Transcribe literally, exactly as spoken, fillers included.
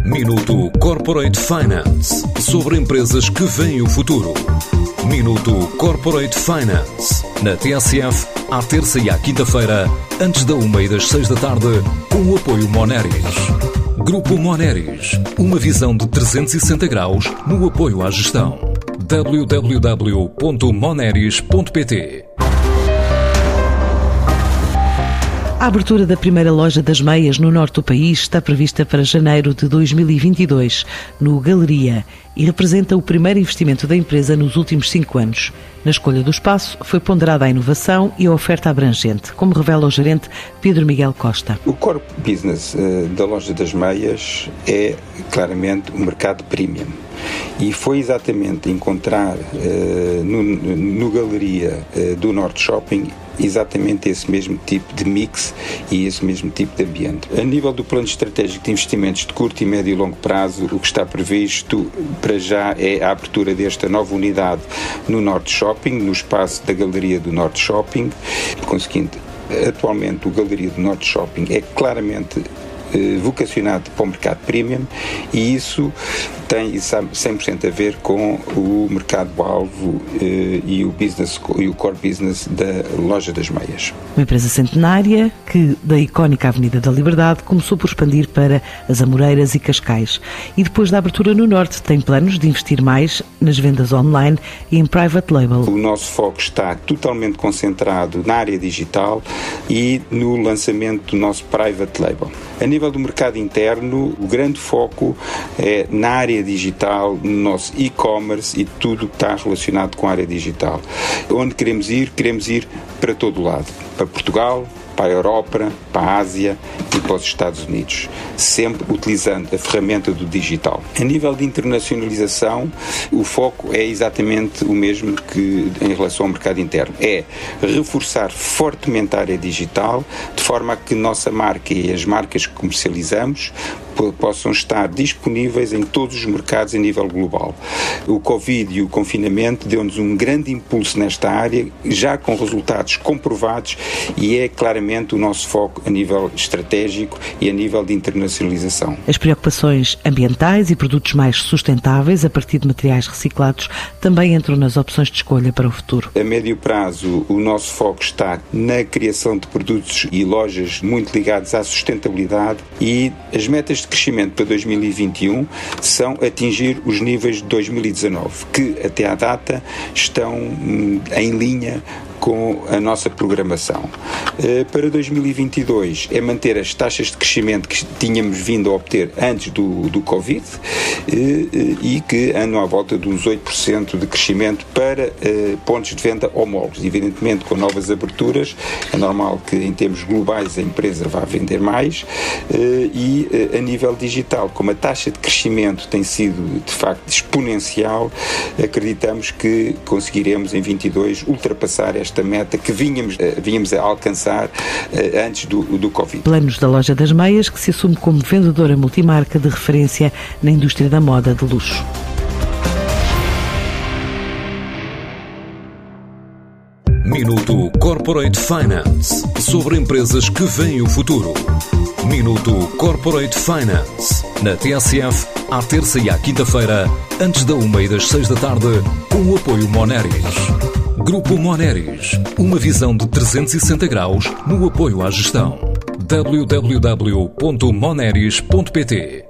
Minuto Corporate Finance, sobre empresas que veem o futuro. Minuto Corporate Finance, na T S F, à terça e à quinta-feira, antes da uma e das seis da tarde, com o apoio Moneris. Grupo Moneris, uma visão de trezentos e sessenta graus no apoio à gestão. w w w ponto moneris ponto p t. A abertura da primeira loja das meias no norte do país está prevista para janeiro de dois mil e vinte e dois, no Galeria, e representa o primeiro investimento da empresa nos últimos cinco anos. Na escolha do espaço foi ponderada a inovação e a oferta abrangente, como revela o gerente Pedro Miguel Costa. O core business uh, da loja das meias é claramente o mercado premium. E foi exatamente encontrar uh, no, no Galeria uh, do Norte Shopping exatamente esse mesmo tipo de mix e esse mesmo tipo de ambiente. A nível do plano estratégico de investimentos de curto, e médio e longo prazo, o que está previsto para já é a abertura desta nova unidade no Norte Shopping, no espaço da Galeria do Norte Shopping. Por conseguinte, atualmente o Galeria do Norte Shopping é claramente eh, vocacionado para o mercado premium, e isso tem cem por cento a ver com o mercado-alvo eh, e o business e o core business da loja das meias. Uma empresa centenária que, da icónica Avenida da Liberdade, começou por expandir para as Amoreiras e Cascais, e depois da abertura no Norte tem planos de investir mais nas vendas online e em private label. O nosso foco está totalmente concentrado na área digital e no lançamento do nosso private label. A nível do mercado interno, o grande foco é na área digital, no nosso e-commerce e tudo que está relacionado com a área digital. Onde queremos ir? Queremos ir para todo o lado. Para Portugal, para a Europa, para a Ásia e para os Estados Unidos, sempre utilizando a ferramenta do digital. A nível de internacionalização, o foco é exatamente o mesmo que em relação ao mercado interno. É reforçar fortemente a área digital, de forma a que a nossa marca e as marcas que comercializamos possam estar disponíveis em todos os mercados a nível global. O Covid e o confinamento deu-nos um grande impulso nesta área, já com resultados comprovados, e é claramente o nosso foco a nível estratégico e a nível de internacionalização. As preocupações ambientais e produtos mais sustentáveis a partir de materiais reciclados também entram nas opções de escolha para o futuro. A médio prazo, o nosso foco está na criação de produtos e lojas muito ligados à sustentabilidade, e as metas de crescimento para dois mil e vinte e um são atingir os níveis de dois mil e dezanove, que até à data estão em linha com a nossa programação. Para dois mil e vinte e dois é manter as taxas de crescimento que tínhamos vindo a obter antes do, do Covid, e que andam à volta dos oito por cento de crescimento para pontos de venda homólogos. Evidentemente, com novas aberturas, é normal que em termos globais a empresa vá vender mais, e a nível digital, como a taxa de crescimento tem sido de facto exponencial, acreditamos que conseguiremos em vinte e dois ultrapassar esta esta meta que vínhamos, vínhamos a alcançar antes do, do Covid. Planos da Loja das Meias, que se assume como vendedora multimarca de referência na indústria da moda de luxo. Minuto Corporate Finance, sobre empresas que veem o futuro. Minuto Corporate Finance, na T S F, à terça e à quinta-feira, antes da uma e das seis da tarde, com o apoio Moneris. Grupo Moneris, uma visão de trezentos e sessenta graus no apoio à gestão. w w w ponto moneris ponto p t